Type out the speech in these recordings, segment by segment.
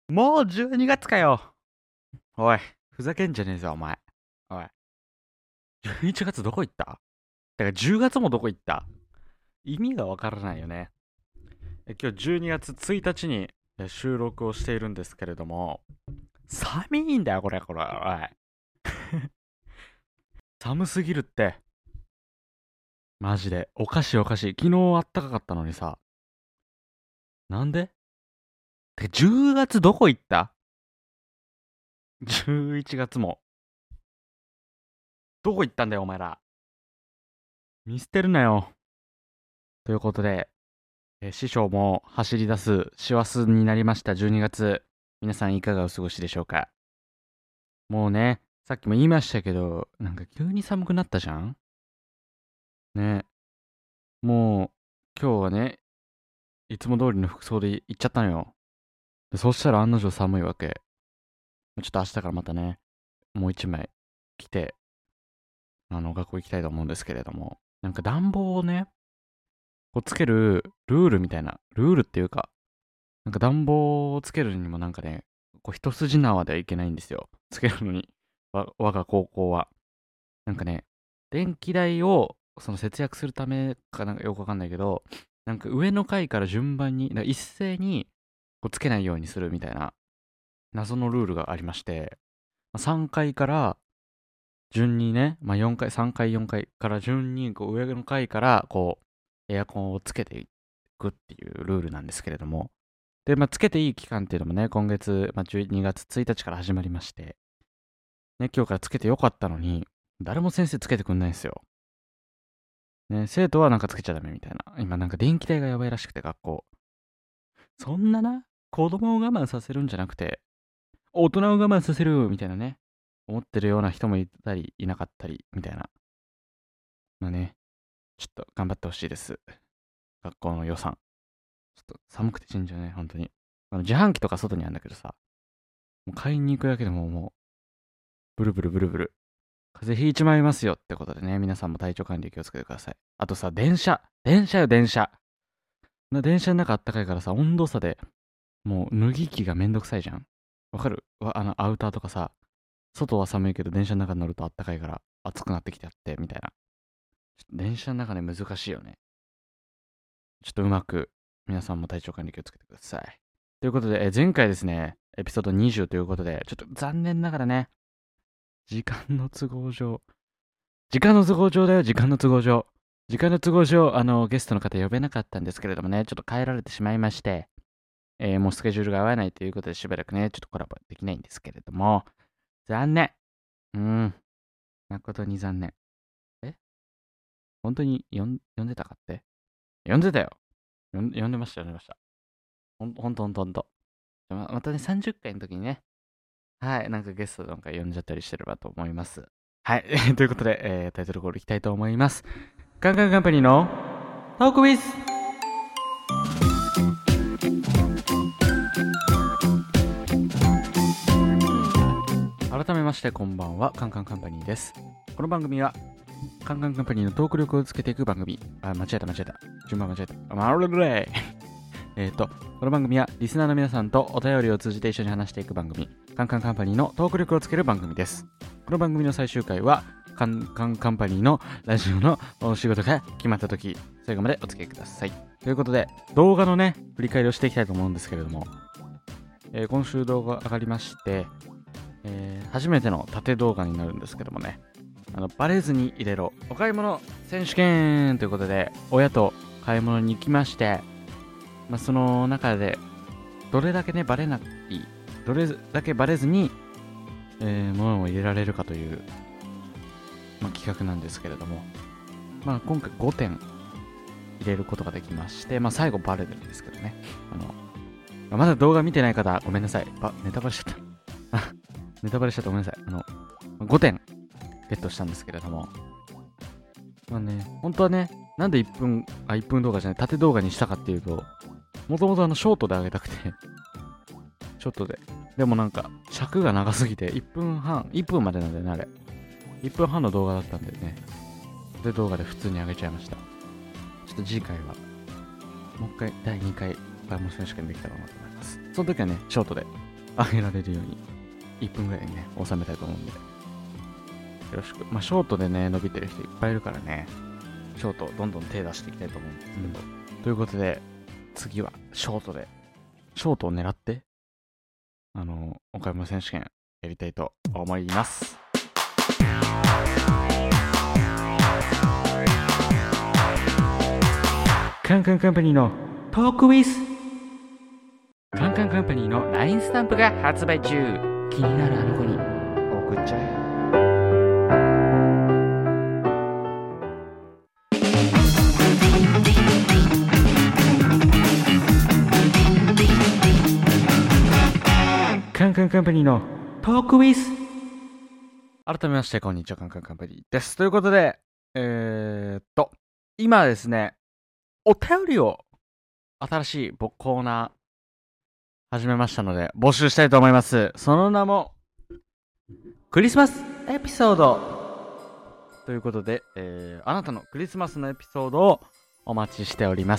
もう12月かよ。おい、ふざけんじゃねえぞ、お前。おい、11月どこ行った？だから10月もどこ行った？意味がわからないよね。今日12月1日に収録をしているんですけれども、寒いんだよ、これ。おい。寒すぎるって。マジで。おかしい。昨日あったかかったのにさ。なんで？10月どこ行った？ 11 月も。どこ行ったんだよ、お前ら。見捨てるなよ。ということで、師匠も走り出す師走になりました12月。皆さんいかがお過ごしでしょうか？もうね、さっきも言いましたけど、なんか急に寒くなったじゃんね。もう今日はね、いつも通りの服装で行っちゃったのよ。でそしたら案の定寒いわけ。ちょっと明日からまたね、もう一枚着て、学校行きたいと思うんですけれども、なんか暖房をね、こうつけるルールみたいな、ルールっていうか、なんか暖房をつけるにもなんかね、こう一筋縄ではいけないんですよ。つけるのに。我が高校は。なんかね、電気代をその節約するためかなんかよくわかんないけど、なんか上の階から順番に、一斉にこうつけないようにするみたいな謎のルールがありまして、3階から順にね、4階、3階、4階から順にこう上の階からこうエアコンをつけていくっていうルールなんですけれども、で、つけていい期間っていうのもね、今月、12月1日から始まりまして、ね、今日からつけてよかったのに、誰も先生つけてくんないんですよ。ね、生徒はなんかつけちゃダメみたいな。今なんか電気代がやばいらしくて、学校。そんなな、子供を我慢させるんじゃなくて、大人を我慢させるみたいなね、思ってるような人もいたり、いなかったり、みたいな。まあね、ちょっと頑張ってほしいです。学校の予算。ちょっと寒くて死んじゃうね、本当に。自販機とか外にあるんだけどさ、もう買いに行くだけでもブルブルブルブル。風邪ひいちまいますよってことでね、皆さんも体調管理気をつけてください。あとさ、電車。電車の中あったかいからさ、温度差でもう脱ぎ着がめんどくさいじゃん。わかるアウターとかさ、外は寒いけど電車の中に乗るとあったかいから暑くなってきてやって、みたいな。電車の中で難しいよね。ちょっとうまく皆さんも体調管理気をつけてください。ということで、前回ですね、エピソード20ということで、ちょっと残念ながらね、時間の都合上、時間の都合上だよ、時間の都合上。時間の都合上、ゲストの方呼べなかったんですけれどもね、ちょっと帰られてしまいまして、もうスケジュールが合わないということでしばらくね、ちょっとコラボできないんですけれども、残念。誠に残念。え本当に呼んでたかって？呼んでたよ。呼んでました、呼んでました。ほんと。またね、30回の時にね、はい、なんかゲストなんか呼んじゃったりしてればと思います。はい、ということで、タイトルコールいきたいと思います。カンカンカンパニーのトークウィズ。改めましてこんばんは、カンカンカンパニーです。この番組はカンカンカンパニーのトーク力をつけていく番組。間違えた。順番間違えた。この番組はリスナーの皆さんとお便りを通じて一緒に話していく番組、カンカンカンパニーのトーク力をつける番組です。この番組の最終回は、カンカンカンパニーのラジオのお仕事が決まった時、最後までお付き合いください。ということで、動画のね、振り返りをしていきたいと思うんですけれども、今週動画上がりまして、初めての縦動画になるんですけどもね、バレずに入れろお買い物選手権ということで、親と買い物に行きまして、その中でどれだけねバレない、どれだけバレずに、物を入れられるかという、企画なんですけれども、今回5点入れることができまして、最後バレるんですけどね、まだ動画見てない方ごめんなさい。ネタバレしちゃったネタバレしちゃった、ごめんなさい。5点ゲットしたんですけれども、本当はね、なんで1分動画じゃない、縦動画にしたかっていうと、もともとショートで上げたくてショートで。でもなんか、尺が長すぎて、1分までなんだよね、あれ。1分半の動画だったんでね、縦動画で普通に上げちゃいました。ちょっと次回は、もう一回、第2回、買い物選手権できたらなと思います。その時はね、ショートで上げられるように1分ぐらいにね、収めたいと思うんで、よろしく。まあ、ショートでね、伸びてる人いっぱいいるからね、ショートどんどん手出していきたいと思うんですけど、ということで、次はショートで、ショートを狙って、岡山選手権やりたいと思います。カンカンカンパニーのトークウィズ。カンカンカンパニーの LINE スタンプが発売中。気になるあの子に送っちゃえ。カンカンカンパニーのトークウィズ。改めましてこんにちは、カンカンカンパニーです。ということで、今ですね、お便りを新しいコーナー始めましたので募集したいと思います。その名もクリスマスエピソードということで、あなたのクリスマスのエピソードをお待ちしております。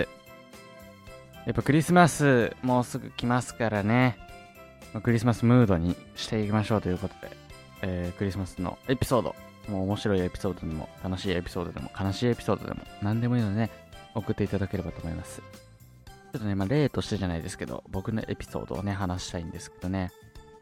やっぱクリスマスもうすぐ来ますからね、クリスマスムードにしていきましょうということで、クリスマスのエピソード、もう面白いエピソードでも楽しいエピソードでも悲しいエピソードでも何でもいいのでね、送っていただければと思います。ちょっとね、例としてじゃないですけど、僕のエピソードをね、話したいんですけどね。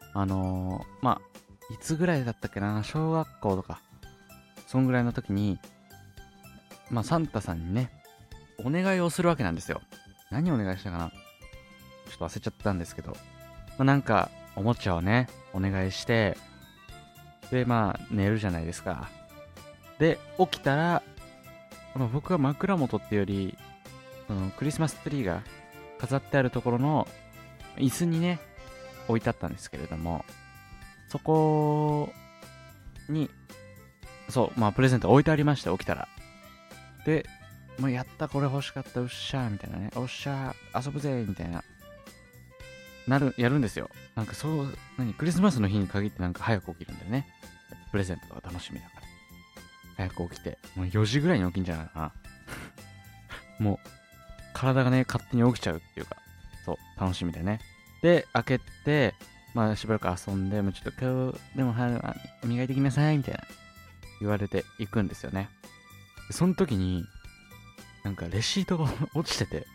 いつぐらいだったっけな、小学校とか、そんぐらいの時に、サンタさんにね、お願いをするわけなんですよ。何お願いしたかな、ちょっと忘れちゃったんですけど、なんか、おもちゃをね、お願いして、で、寝るじゃないですか。で、起きたら、僕は枕元っていうより、クリスマスツリーが飾ってあるところの椅子にね、置いてあったんですけれども、そこに、プレゼント置いてありました、起きたら。で、やった、これ欲しかった、うっしゃー、みたいなね、おっしゃー、遊ぶぜ、みたいな、やるんですよ。なんかクリスマスの日に限ってなんか早く起きるんだよね。プレゼントが楽しみだから。早く起きて、もう4時ぐらいに起きんじゃないかな。もう、体がね、勝手に起きちゃうっていうか、楽しみでね。で、開けて、しばらく遊んで、ちょっと今日、でも磨いてきなさい、みたいな、言われて行くんですよね。その時に、なんかレシートが落ちてて、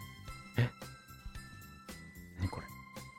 何これ、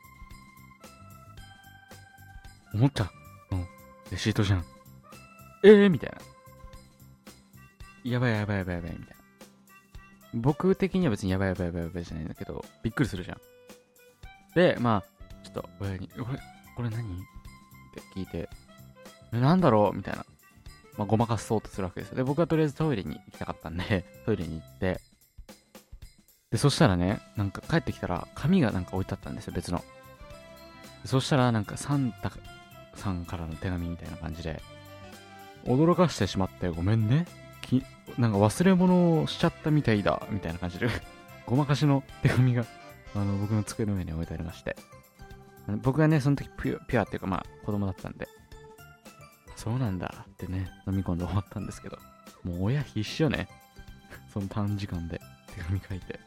思った。レシートじゃん。みたいな。やばい、みたいな。僕的には別にやばいじゃないんだけど、びっくりするじゃん。で、ちょっと親に、これ何って聞いて、なんだろうみたいな。ごまかそうとするわけですよ。で、僕はとりあえずトイレに行きたかったんで、トイレに行って、で、そしたらね、なんか帰ってきたら、紙がなんか置いてあったんですよ、別の。そしたら、なんかサンタさんからの手紙みたいな感じで、驚かしてしまってごめんね。なんか忘れ物をしちゃったみたいだ、みたいな感じで、ごまかしの手紙が、僕の机の上に置いてありまして。僕がね、その時ピュアっていうか、子供だったんで、そうなんだってね、飲み込んで終わったんですけど、もう親必死よね。その短時間で手紙書いて。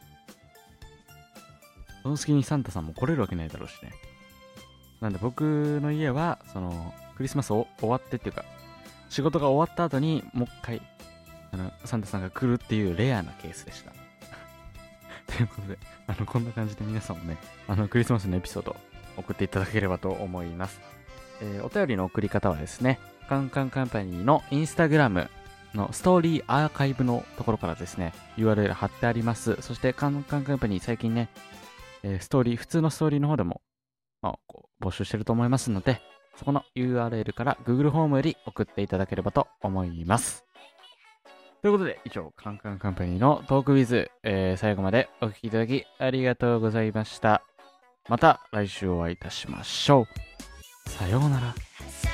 その隙にサンタさんも来れるわけないだろうしね。なんで僕の家は、クリスマス終わってっていうか、仕事が終わった後にもう一回、サンタさんが来るっていうレアなケースでした。ということで、こんな感じで皆さんもね、クリスマスのエピソード送っていただければと思います。お便りの送り方はですね、カンカンカンパニーのインスタグラムのストーリーアーカイブのところからですね、URL 貼ってあります。そしてカンカンカンパニー最近ね、普通のストーリーの方でも、募集してると思いますので、そこの URL から Google フォームより送っていただければと思います。ということで、以上、カンカンカンパニーのトークウィズ、最後までお聞きいただきありがとうございました。また来週お会いいたしましょう。さようなら。